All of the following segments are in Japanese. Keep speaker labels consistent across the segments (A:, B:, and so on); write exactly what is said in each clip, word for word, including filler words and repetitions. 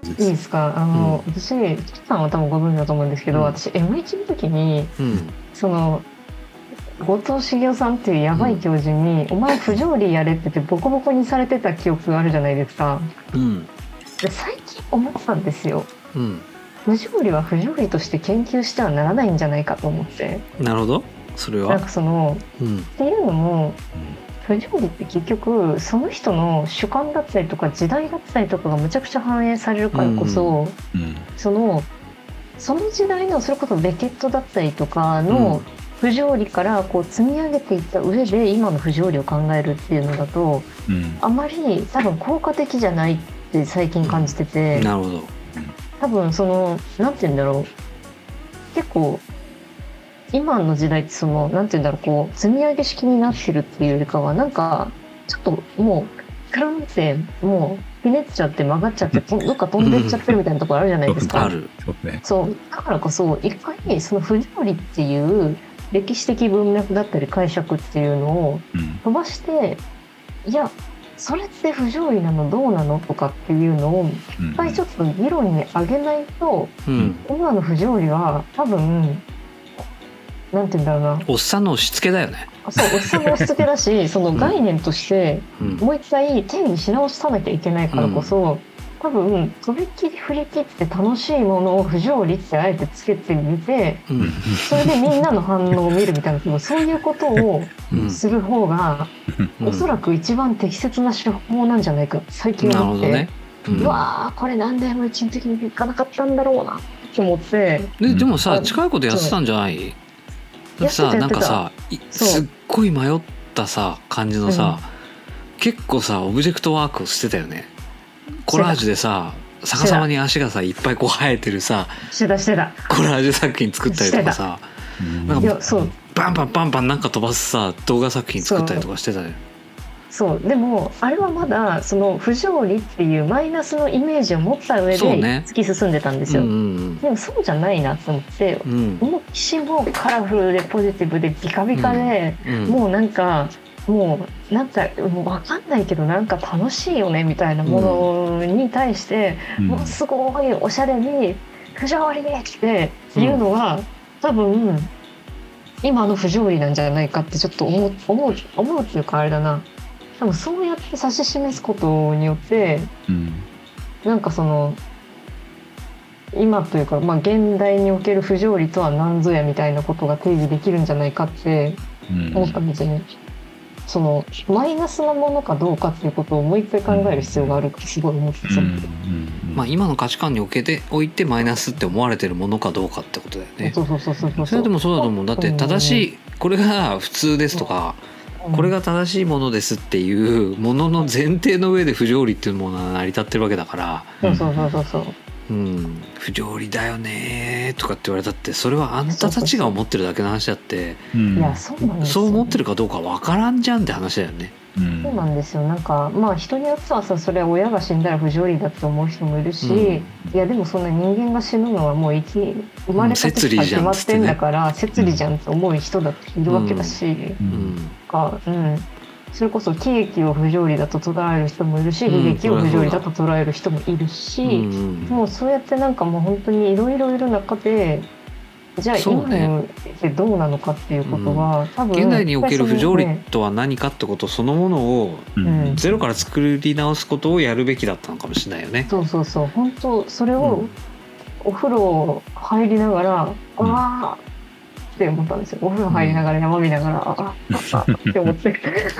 A: いいですか。あの、うん、私キさんは多分ご存知だと思うんですけど、うん、私 エムワン の時に、うん、その後藤茂雄さんっていうやばい教授に、うん、お前不条理やれって言ってボコボコにされてた記憶があるじゃないですか、うん、で最近思ったんですよ、うん、不条理は不条理として研究してはならないんじゃないかと思って。
B: なるほど。それは
A: なんかその、うん、っていうのも不条理って結局その人の主観だったりとか時代だったりとかがむちゃくちゃ反映されるからこそ、うんうん、そのその時代のそれこそベケットだったりとかの不条理からこう積み上げていった上で今の不条理を考えるっていうのだと、うん、あまり多分効果的じゃないって最近感じてて、
B: うん、なるほど。
A: 多分そのなんて言うんだろう、結構今の時代ってそのなんて言うんだろう、こう積み上げ式になってるっていうよりかはなんかちょっともうクランってもうひねっちゃって曲がっちゃってどっか飛んでっちゃってるみたいなところあるじゃないですか。
B: ある。
A: そうだからこそ一回その不条理っていう歴史的文脈だったり解釈っていうのを飛ばして、うん、いやそれって不条理なのどうなのとかっていうのを一回ちょっと議論に上げないと、うん、今の不条理は多分なんて言うんだろうな、
B: おっさんの押し付けだよね。
A: そうおっさんの押し付けだしその概念としてもう一回定義し直さなきゃいけないからこそ、うん、多分とびっきり振り切って楽しいものを不条理ってあえてつけてみて、うん、それでみんなの反応を見るみたいなそういうことをする方が、うん、おそらく一番適切な手法なんじゃないか最近思って、ね、うん、うわーこれなんでエムワンの時にいかなかったんだろうなって思って。
B: で, でもさ近いことやってたんじゃない？だってさなんかさすっごい迷ったさ感じのさ、うん、結構さオブジェクトワークをしてたよね。コラージュでさ逆さまに足がさいっぱいこう生えてるさ
A: してたしてた
B: コラージュ作品作ったりとかさなんかバンバンバンバンなんか飛ばすさ動画作品作ったりとかしてたね。
A: そうでもあれはまだその不条理っていうマイナスのイメージを持った上で突き進んでたんですよ、ね、うんうんうん、でもそうじゃないなと思って、うん、もう岸もカラフルでポジティブでビカビカで、うんうん、もうなんかもうなんかもう分かんないけどなんか楽しいよねみたいなものに対して、うん、もうすごいおしゃれに不条理っていうのは、うん、多分今の不条理なんじゃないかってちょっと思う思う思うっていうかあれだな。でもそうやって指し示すことによって、うん、なんかその今というか、まあ、現代における不条理とは何ぞやみたいなことが定義できるんじゃないかって思ったんですよね、うん、そのマイナスなものかどうかっていうことをもう一回考える必要があるってすごい思ってた、うんうん
B: うん、まあ、今の価値観におけておいてマイナスって思われてるものかどうかってことだよね。
A: そうそうそうそうそう。
B: それはでもそうだと思う。だって正しいこれが普通ですとか、うん、これが正しいものですっていうものの前提の上で不条理っていうものが成り立ってるわけだから、
A: そうそうそうそうそう、
B: うん、不条理だよねとかって言われたってそれはあんたたちが思ってるだけの話だって、
A: うん、いやそうなんですよ、
B: そう思ってるかどうかわからんじゃんって話だよね。
A: うん、そうなんですよ。なんかまあ人によってはさそれは親が死んだら不条理だって思う人もいるし、うん、いやでもそんな人間が死ぬのはもう生き生まれた時から決まってんだから摂理じゃんって思う人だっているわけだし、うんうんかうん、それこそ喜劇を不条理だと捉える人もいるし、悲劇を不条理だと捉える人もいるし、うん、もうそうやってなんかもう本当にいろいろいる中でじゃあ今のってどうなのかっていうことは、うん、多分
B: 現代における不条理とは何かってことそのものをゼロから作り直すことをやるべきだったのかもしれないよね。
A: そうそうそう本当それをお風呂入りながら、うん、あーって思ったんですよ。お風呂入りながら山見ながら、うん、ああって思って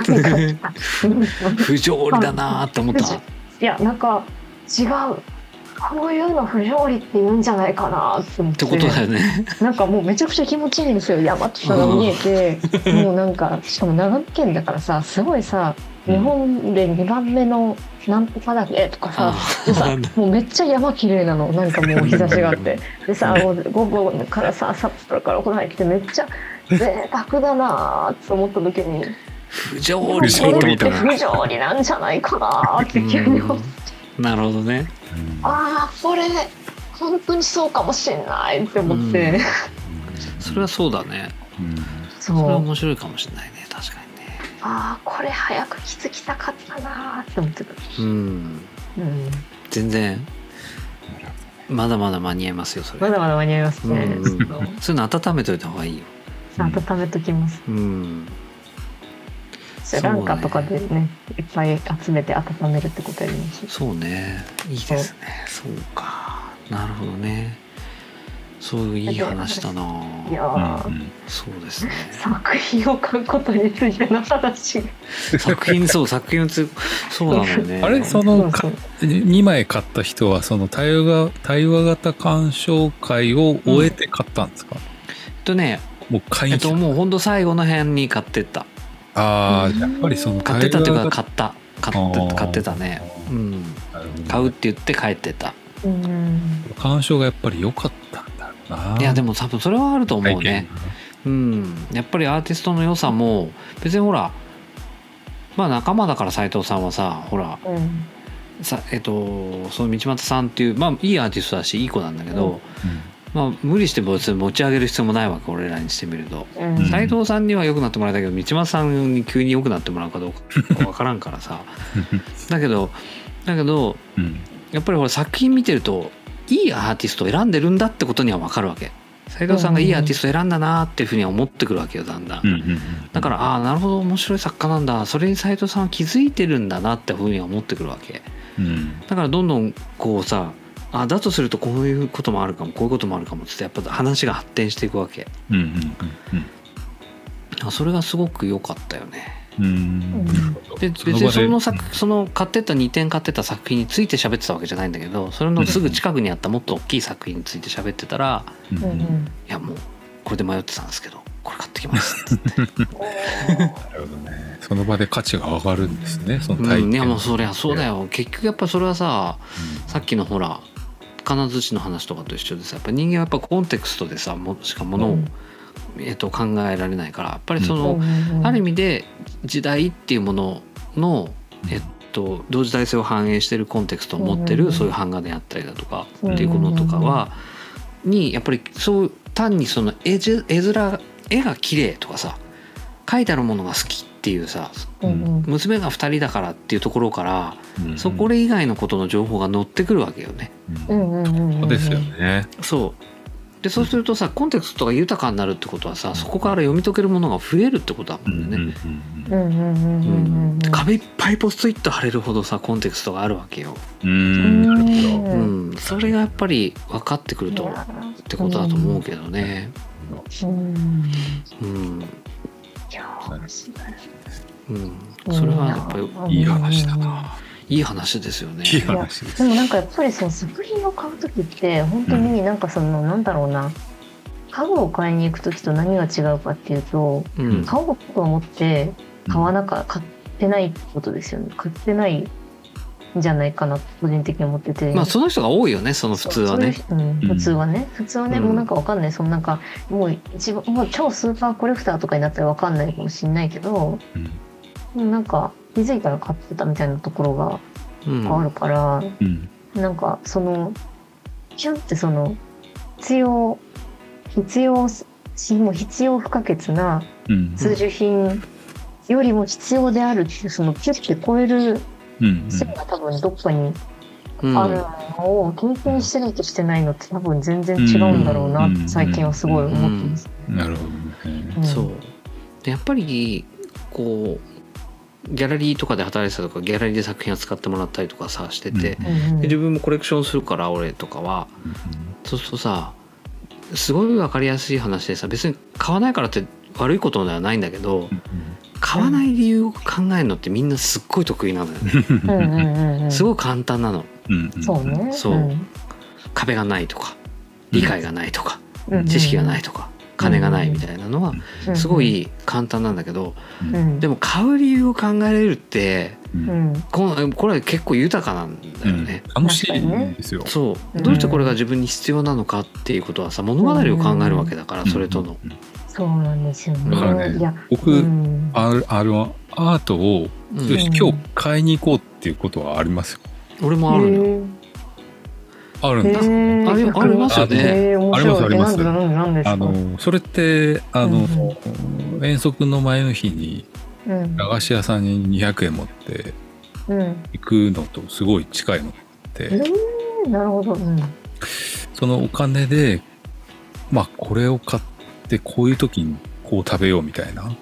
B: 不条理だなって思った。
A: いやなんか違うこういうの不条理って言うんじゃないかなって思って。
B: ってことだよね。
A: なんかもうめちゃくちゃ気持ちいいんですよ。山とかが見えて、もうなんかしかも長野県だからさ、すごいさ、日本でにばんめのなんとかだけとかさ、でさもうめっちゃ山綺麗なの。なんかもう日差しがあって、でさもう午後からさ札幌からお風呂入っててめっちゃ贅沢だなって思った時に、
B: 不条理って
A: 思ったな。不条理なんじゃないかなって急に思って。
B: なるほどね。
A: ああこれ本当にそうかもしれないって思って、うん、
B: それはそうだね、うん、それは面白いかもしれないね。確かにね。
A: ああこれ早く気づきたかったなって思ってた、
B: うんうん、全然まだまだ間に合いますよそれ。
A: まだまだ間に合いますね、
B: うんうん、そういうの温めといた方がいいよ。
A: 温めときます、うん、ランカとかでねいっぱい集めて温めるってことやります。
B: そうね、いいですね。そうか、なるほどね。そういういい話だな。
A: いや、うん、
B: そうですね。
A: 作品を書くことについての話。
B: 作品そう作品をつそうなのよね。
C: あれそのにまい買った人はその対話が対話型鑑賞会を終えて買ったんですか？うん、
B: えっとね、
C: もう買いに来た。
B: えっともう本当最後の辺に買ってった。
C: ああ、やっぱりその
B: 買ってたっていうか買った買って買ってたね。うん。ね、買うって言って帰ってた。
A: うん。
C: 鑑賞がやっぱり良かったんだろうな。
B: いやでも多分それはあると思うね。うん。やっぱりアーティストの良さも別にほら、まあ仲間だから斉藤さんはさ、ほら、うん、さえっとその道端さんっていうまあいいアーティストだしいい子なんだけど。うんうん、まあ、無理して別に持ち上げる必要もないわけ俺らにしてみると、うん、斉藤さんには良くなってもらいたいけど道松さんに急に良くなってもらうかどうか分からんからさだけどだけど、うん、やっぱりほら作品見てるといいアーティストを選んでるんだってことには分かるわけ。斉藤さんがいいアーティストを選んだなっていうふうには思ってくるわけよだんだん、うんうんうん、だからああなるほど面白い作家なんだそれに斉藤さんは気づいてるんだなっていうふうには思ってくるわけ、うん、だからどんどんこうさあだとするとこういうこともあるかもこういうこともあるかもってやっぱ話が発展していくわけ、うんうんうんうん、それがすごく良かったよね。うんで別にその作その買ってたにてん買ってた作品について喋ってたわけじゃないんだけどそれのすぐ近くにあったもっと大きい作品について喋ってたら、うんうん、いやもうこれで迷ってたんですけどこれ買ってきますってなるほど
C: ね。その場で価値が上がるんですねその体験、
B: うん、いやもうそりゃそうだよ。結局やっぱそれはさ、うん、さっきのほら金槌の話とかと一緒でさやっぱ人間はやっぱコンテクストでさもしかものを、うんえー、と考えられないからやっぱりその、うん、ある意味で時代っていうものの、えー、と同時代性を反映しているコンテクストを持ってる、うん、そういう版画であったりだとか、うん、っていうものとかはにやっぱりそう単にその 絵, 絵面絵が綺麗とかさ描いてあるものが好きっていうさ、うん、娘がふたりだからっていうところから、うん、そこ以外のことの情報が載ってくるわけよね、
C: うん、そうですよね。
B: そうでそうするとさコンテクストが豊かになるってことはさそこから読み解けるものが増えるってことだもんね。壁いっぱいポストイット貼れるほどさコンテクストがあるわけよ。うん、うん、それがやっぱり分かってくるとってことだと思うけどね。うん、うん、うん、それはやっぱり
C: いい話だな。
B: いい話ですよね。
C: いい話です。
A: でもなんかやっぱりその作品を買う時って本当になんかその、うん、なんだろうな家具を買いに行く時と何が違うかっていうと、うん、買おうと思って買わなか買ってないってことですよね。買ってないんじゃないかな個人的に思ってて。
B: まあその人が多いよねその普通はね。
A: うううん、普通はね普通はね、うん、もうなんかわかんないそのなんかもう一番もう超スーパーコレクターとかになったらわかんないかもしれないけど、うん、なんか気づいたら買ってたみたいなところがあるから、うん、なんかそのピュンってその必要必要もう必要不可欠な通需品よりも必要であるっていうそのピュッて超える線が多分どっかにあるのを経験してるとしてないのって多分全然違うんだろうなって最近はすごい思ってます。
C: なるほどね、
B: うん、そうでやっぱりこうギャラリーとかで働いてたとかギャラリーで作品を使ってもらったりとかさしてて、うん、で自分もコレクションするから俺とかは、うん、そうするとさすごい分かりやすい話でさ別に買わないからって悪いことではないんだけど、うん、買わない理由を考えるのってみんなすっごい得意なのよねすごい簡単なの、
A: うんうん、そうね、
B: そう、うん、壁がないとか理解がないとか、うん、知識がないとか金がないみたいなのはすごい簡単なんだけど、うん、でも買う理由を考えれるって、うん、これは結構豊かなんだよね、
C: うん、楽しいんですよ。
B: そうどうしてこれが自分に必要なのかっていうことはさ物語を考えるわけだから、それとの、
A: そうなんですよね。
C: だからね、いや僕、うん、あるあるアートを、うん、今日買いに行こうっていうことはありますよ。
B: 俺もあるよ。
C: あるんです、
B: ね、あ, ありますよね。
C: ありますあります。あのそれってあの、うん、遠足の前の日に駄菓子屋さんににひゃくえん持って行くのとすごい近いのって、
A: うん、なるほど、うん、
C: そのお金でまあこれを買ってこういう時にこう食べようみたいなも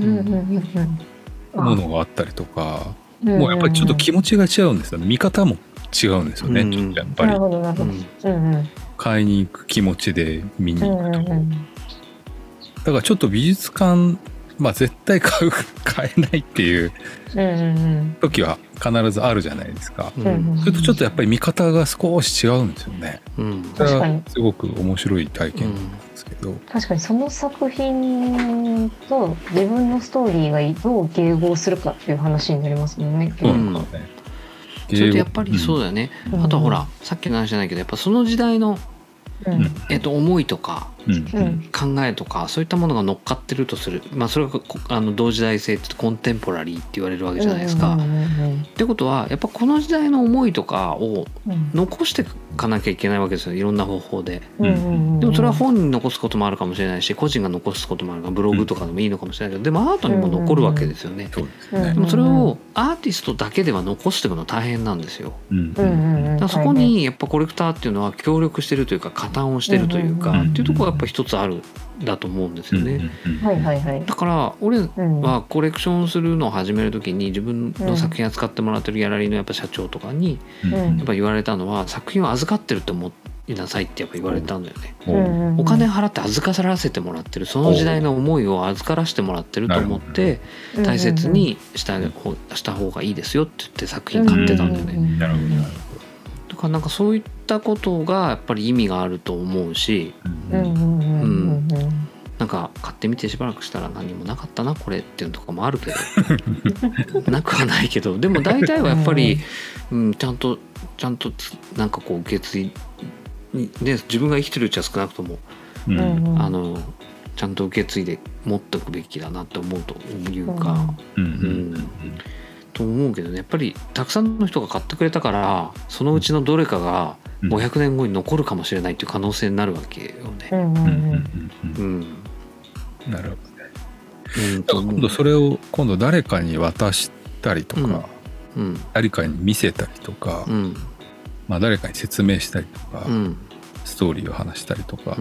C: のがあったりとか、もうやっぱりちょっと気持ちが違うんですよね。見方も違うんですよね、ちょっとやっぱり。なるほどなるほど。買いに行く気持ちで見に行くと、だからちょっと美術館まあ絶対買う買えないっていう時は必ずあるじゃないですか。うん、それとちょっとやっぱり見方が少し違うんですよね。うん、それはすごく面白い体験なんですけど、うん、
A: 確かにその作品と自分のストーリーがどう迎合するかっていう話になりますもんね。うん、
B: それとやっぱりそうだよね。うん、あとほらさっきの話じゃないけどやっぱその時代の、うんえっと、思いとか、うん、考えとかそういったものが乗っかってるとする、まあ、それがあの同時代性ってコンテンポラリーって言われるわけじゃないですか。ってことはやっぱこの時代の思いとかを残していかなきゃいけないわけですよ、いろんな方法で。でもそれは本に残すこともあるかもしれないし個人が残すこともあるからブログとかでもいいのかもしれないけど、でもアートにも残るわけですよね。でもそれをアーティストだけでは残していくの大変なんですよ。だからそこにやっぱコレクターっていうのは協力してるというか加担をしてるというかっていうところがやっぱ一つあるだと思うんですよね。だから俺はコレクションするのを始める時に自分の作品扱ってもらってるギャラリーのやっぱ社長とかにやっぱ言われたのは、作品を預かってるって思いなさいってやっぱ言われたんだよね。お金払って預からせてもらってる、その時代の思いを預からせてもらってると思って大切にしたした方がいいですよって言って作品買ってたんだよね。なるほどなるほど。だからなんかそういったことがやっぱり意味があると思うし、うん、なんか買ってみてしばらくしたら何もなかったなこれっていうのとかもあるけどなくはないけど、でも大体はやっぱり、うん、ちゃんとちゃんとなんかこう受け継いに、ね、自分が生きてるうちは少なくとも、うん、あのちゃんと受け継いで持っておくべきだなって思うというか、うんうん、と思うけどね。やっぱりたくさんの人が買ってくれたからそのうちのどれかがごひゃくねんごに残るかもしれないっていう可能性になるわけよね。うんうん、
C: なるほどね。うん、今度それを今度誰かに渡したりとか、うん、誰かに見せたりとか、うんまあ、誰かに説明したりとか、うん、ストーリーを話したりとか、うん、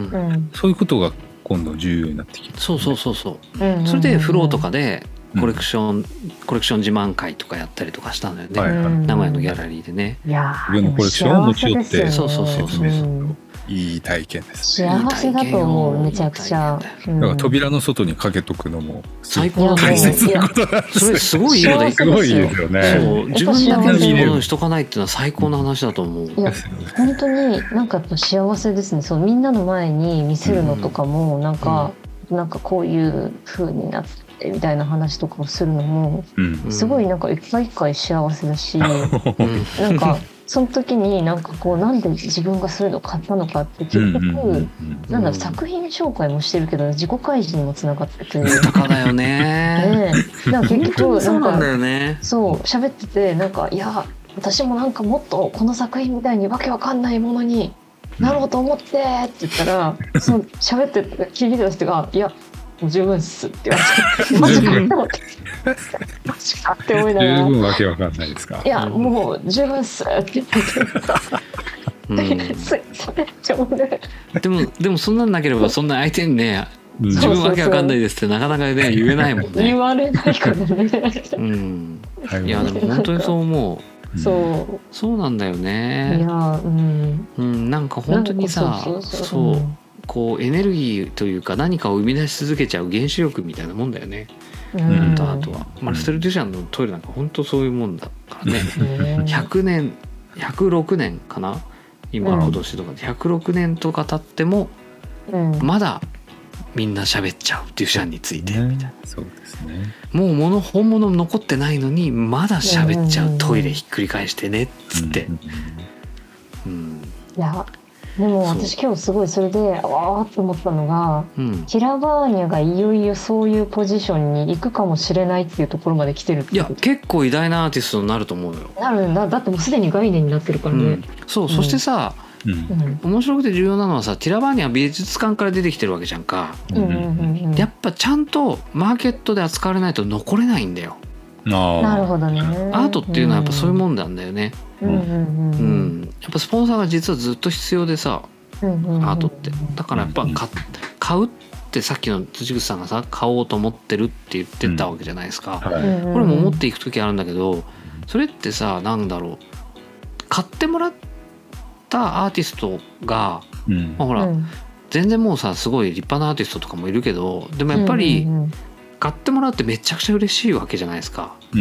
C: そういうことが今度重要になってきて、ね、
B: そうそうそうそう、うん、それでフローとかでコレクション、うん、コレクション自慢会とかやったりとかしたんだよね、はいはい、名古屋のギャラリーでね。
A: いや
C: 自分のコレクションを持ち寄って
B: そうそうそうそう、うん
C: いい体験ですね。
A: 幸せだと思う、めちゃくちゃ。
C: だから扉の外にかけとくのも
B: 最高の
C: 大切なことなんです。
B: それすごいいいよね。
C: すごいいいですよね。
B: そう自分だけのものにしとかないっていうのは最高の話だと思う。
A: いや本当になんかやっぱ幸せですね。そうみんなの前に見せるのとかもなんか、うん、なんかこういう風になってみたいな話とかをするのも、うん、すごいなんか一回一回幸せだし、うん、なんか。その時になんかこうなんで自分がそういうのを買ったのかって結局なんだろう作品紹介もしてるけど自己開示にもつながってて
B: 豊かだよね。
A: ねなんか結局
B: そうなんだよね。
A: そう喋っててなんかいや私もなんかもっとこの作品みたいにわけわかんないものになろうと思ってって言ったらその喋って聞いてた人がいやもう十分っすって言われてマジかって思ってマジかって思いながら
C: 十分わけわかんないですか。
A: いやもう十分っすって言ってうん、
B: でもでもそんなんなければそんな相手にね、うん、自分わけわかんないですってなかなかね言えないもんね。
A: 言われないからね。
B: うん。いやでも本当にそう思う。
A: そう
B: そうなんだよね。
A: いやうん、
B: うん、なんか本当にさそうそうそうそう、うんこうエネルギーというか何かを生み出し続けちゃう原子力みたいなもんだよね。うん、あとはマルセル・デュシャンのトイレなんか本当そういうもんだからね。ひゃくねんひゃくろくねんかな今の年とかでひゃくろくねんとか経っても、うん、まだみんな喋っちゃうデュシャンについてみたいな、ね、
C: そうですね。
B: もう物本物残ってないのにまだ喋っちゃう、トイレひっくり返してねっつって、
A: うんうん、いやでも私今日すごいそれでわーって思ったのが、うん、キラバーニャがいよいよそういうポジションに行くかもしれないっていうところまで来てるって。
B: いや結構偉大なアーティストになると思うよ。
A: なるんだ。だってもうすでに概念になってるからね、うん、
B: そう、うん、そしてさ、うん、面白くて重要なのはさティラバーニャは美術館から出てきてるわけじゃんか、うんうんうんうん、やっぱちゃんとマーケットで扱われないと残れないんだよ。
A: あなるほどね。
B: アートっていうのはやっぱそういうもんなんだよね。うんうんうんうん、やっぱスポンサーが実はずっと必要でさ、 アートって。だからやっぱ買、買うってさっきの辻口さんがさ買おうと思ってるって言ってたわけじゃないですか、うんはい、これも思っていく時あるんだけど、それってさなんだろう、買ってもらったアーティストが、うんまあ、ほら、うん、全然もうさすごい立派なアーティストとかもいるけど、でもやっぱり買ってもらうってめちゃくちゃ嬉しいわけじゃないですか、うん、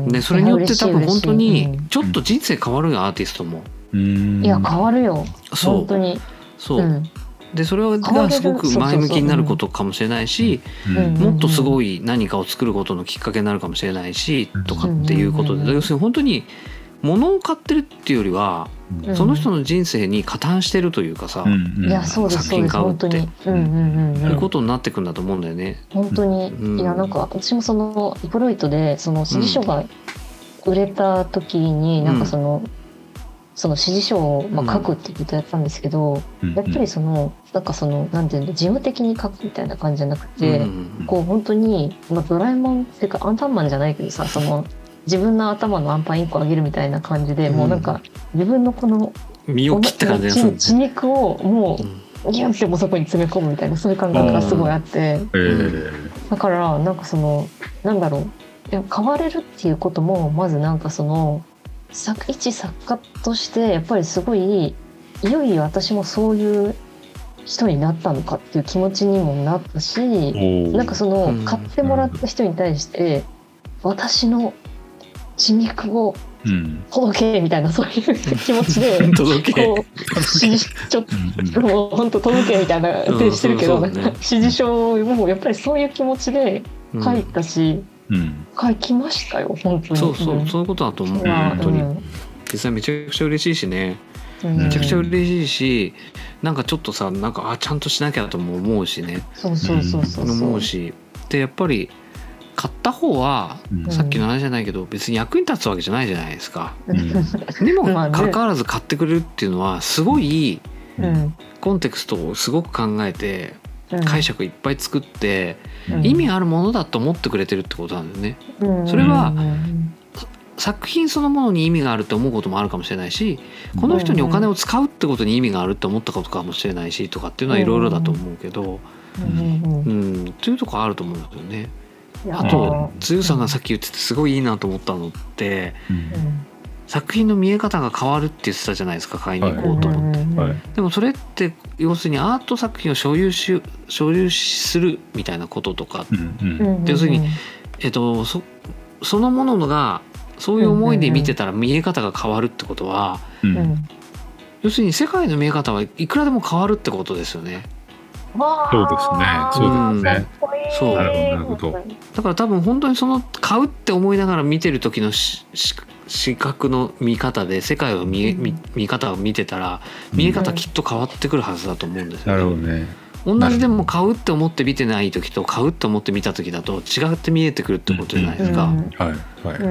B: でそれによって多分本当にちょっと人生変わるよアーティストも、うん、いや変わるよそう本当にそう、うんでそれがすごく前向きになることかもしれないし、もっとすごい何かを作ることのきっかけになるかもしれないしとかっていうことで、要するに本当に物を買ってるっていうよりはその人の人生に加担してるというかさ、作品買うってそういうことになってくんだと思うんだよね。本当に、いやなんか私もそのイプロイトでその指示書が売れた時になんかその、うんその指示書をまあ書くってことやったんですけど、うん、やっぱりそのなんかそのなんていうの事務的に書くみたいな感じじゃなくて、うん、こう本当に、まあ、ドラえもんっていうかアンパンマンじゃないけどさその自分の頭のアンパンいっこあげるみたいな感じで、うん、もうなんか自分のこの身を切った感じがする、ね、血肉をもうギュンってもそこに詰め込むみたいなそういう感覚がすごいあって、うん、だからなんかそのなんだろういや変われるっていうこともまずなんかその作一作家としてやっぱりすごいいよいよ私もそういう人になったのかっていう気持ちにもなったし、なんかその買ってもらった人に対して私の血肉を届けみたいなそういう気持ちで届けこうちょっともう本当届けみたいな手してるけど、なんか指示書もやっぱりそういう気持ちで書いたし。うん、書きましたよ本当に。そうそう、うん、そういうことだと思う、うん、本当に、うん、実際めちゃくちゃ嬉しいしね、うん、めちゃくちゃ嬉しいしなんかちょっとさなんかあちゃんとしなきゃとも思うしねそうそうそうそう思うしでやっぱり買った方は、うん、さっきの話じゃないけど別に役に立つわけじゃないじゃないですか、うん、にもかかわらず買ってくれるっていうのはすごい、うん、コンテクストをすごく考えて解釈いっぱい作って、うん、意味あるものだと思ってくれてるってことなんだよね、うん、それは、うん、作品そのものに意味があるって思うこともあるかもしれないしこの人にお金を使うってことに意味があるって思ったことかもしれないしとかっていうのはいろいろだと思うけど、うんうん、というところあると思うんですよね。あとつゆさんがさっき言っててすごいいいなと思ったのって、うん作品の見え方が変わるって言ってたじゃないですか買いに行こうと思って、はい、でもそれって要するにアート作品を所有し所有するみたいなこととか、うんうん、要するに、えっと、そ, そのものがそういう思いで見てたら見え方が変わるってことは、うんうん、要するに世界の見え方はいくらでも変わるってことですよね。
C: そうですね。そうですね。
B: そうなるほど。だから多分本当にその買うって思いながら見てる時のしし視覚の見方で世界を 見, 見, 見方を見てたら見え方きっと変わってくるはずだと思うんですよね。なるほどね。同じでも買うって思って見てない時と買うって思って見た時だと違って見えてくるってことじゃないですか。はいはい。うん。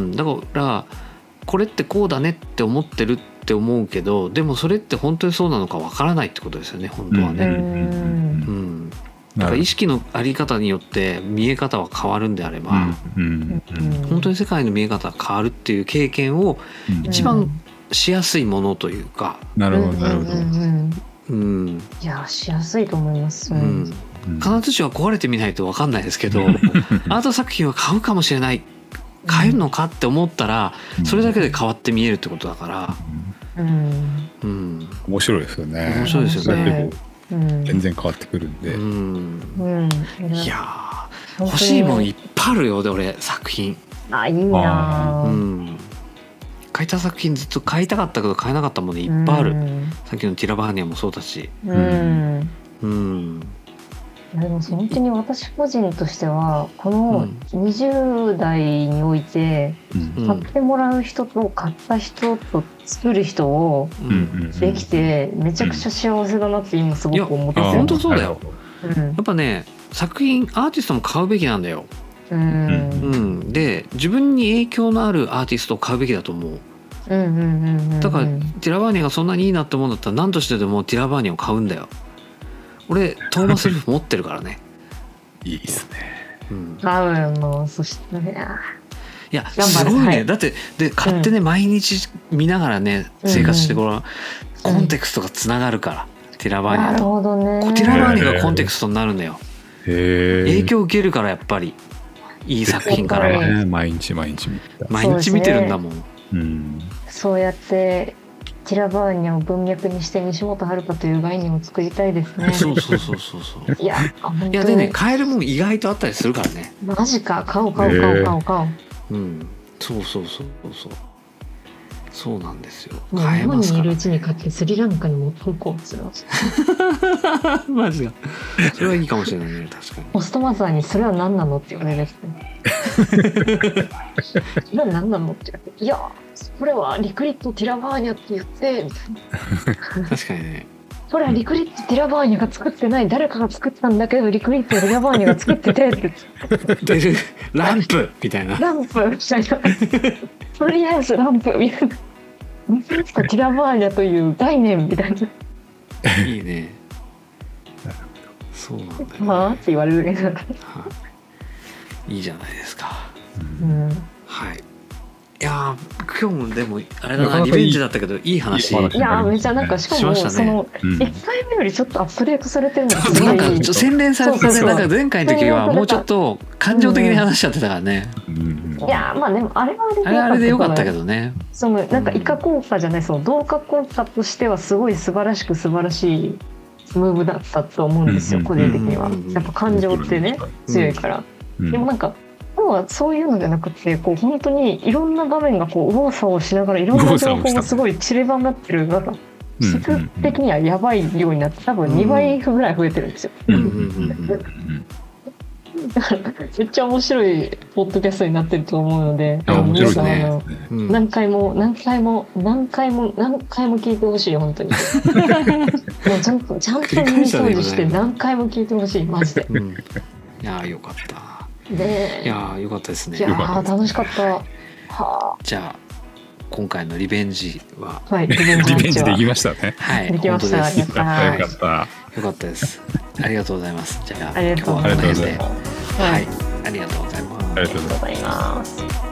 B: だからこれってこうだねって思ってるって思うけどでもそれって本当にそうなのかわからないってことですよね本当はね。うん。うんだから意識のあり方によって見え方は変わるんであれば、うんうん、本当に世界の見え方が変わるっていう経験を一番しやすいものというか、
C: うん、なるほどなるほど、
A: うん、いやしやすいと思います、う
B: ん、必ずしは壊れてみないと分かんないですけどアート作品は買うかもしれない買えるのかって思ったらそれだけで変わって見えるってことだから、
C: うんうん、面白いですよね。
B: 面白いですよね。
C: 全然変わってくるんで、うん
B: うん、いや欲しいもんいっぱいあるよで俺作品
A: あいいな、う
B: ん、買いた作品ずっと買いたかったけど買えなかったものいっぱいある、うん、さっきのティラバーニャもそうだし、うん
A: うん、でも本当に私個人としてはこのにじゅう代において買ってもらう人と買った人と作る人をできてめちゃくちゃ幸せだなって今すごく思ってて、
B: いや本当そうだよ、うん、やっぱね作品アーティストも買うべきなんだよ、うんうん、で自分に影響のあるアーティストを買うべきだと思う。だからティラバーニャがそんなにいいなって思うんだったら何としてでもティラバーニャを買うんだよ。俺トーマス・リフ持ってるからね
C: いいっすね、
A: うん、あうもうそしてね
B: いやすごいね、はい、だってで買ってね、うん、毎日見ながらね生活してこの、うん、コンテクストがつながるから、うん、ティラバーニャと。なるほどね。ティラバーニャがコンテクストになるんだよ。へ影響を受けるからやっぱりいい作品からは、
C: ね、毎日毎日
B: 毎日見てるんだもん。そう、ね、うん、
A: そうやってティラバーニャを文脈にして西本遥という概念を作りたいですね。
B: そうそうそうそうそう。
A: いや本当に。
B: いやでね買えるもん意外とあったりするからね。
A: マジか、買おう買おう買おう買おう買おう。
B: うん、そうそうそうそう。そうなんですよ。
A: もう日本にいるうちに買ってスリランカに持っていこうする。
B: マジか。それはいいかもしれないね、確かに。
A: ホストマザーにそれは何なのって言われるやつね。それは何なのって言われて、いやこれはリクリットティラバーニャって言ってみたいな。
B: 確かにね。
A: これはリクリットティラバーニャが作ってない、誰かが作ったんだけどリクリットティラバーニャが作っててって
B: ランプみたいな。
A: ランプみたいな。とりあえずランプみたいな。リクリットティラバーニャという概念みたいな。
B: いいね。そうなんだよ、ね。
A: はあって言われるけど。
B: いいじゃないですか。
A: うん、
B: はい。いや今日もでもあれだな、リベンジだったけどいい話。い
A: やめちゃなんかしかもそのいっかいめよりちょっとアップデートされてるのがすごい。
B: なんか洗練されてて、なんか前回の時はもうちょっと感情的に話しちゃってたからね。
A: いやまあでもあれは
B: あれあれでよかったけどね。
A: そのなんかイカ効果じゃない、その同化効果としてはすごい素晴らしく素晴らしいムーブだったと思うんですよ、個人的には。やっぱ感情ってね強いから。でもなんか今日はそういうのじゃなくて、こう本当にいろんな場面がこう右往左往しながらいろんな情報がすごい散りばめってる、なんか質的にはやばい量になって、多分にばいぐらい増えてるんですよ。めっちゃ面白いポッドキャストになってると思うので、皆さんあの何回も何回も何回も何回も聞いてほしい、本当に。もうちゃんとちゃんと耳掃除して何回も聞いてほしい、マジで。
B: いやよかった。
A: で
B: いやよかったですね。
A: いや楽しかった。は
B: あ。じゃあ今回のリベンジは、
A: はい、
C: リベンジできましたね。
B: はい、
A: できました。やった
C: よかった。
B: よかったです。ありがとうございます。じゃあ
A: ありがとうございます。
B: はい、ありがとうございます。
C: ありがとうございます。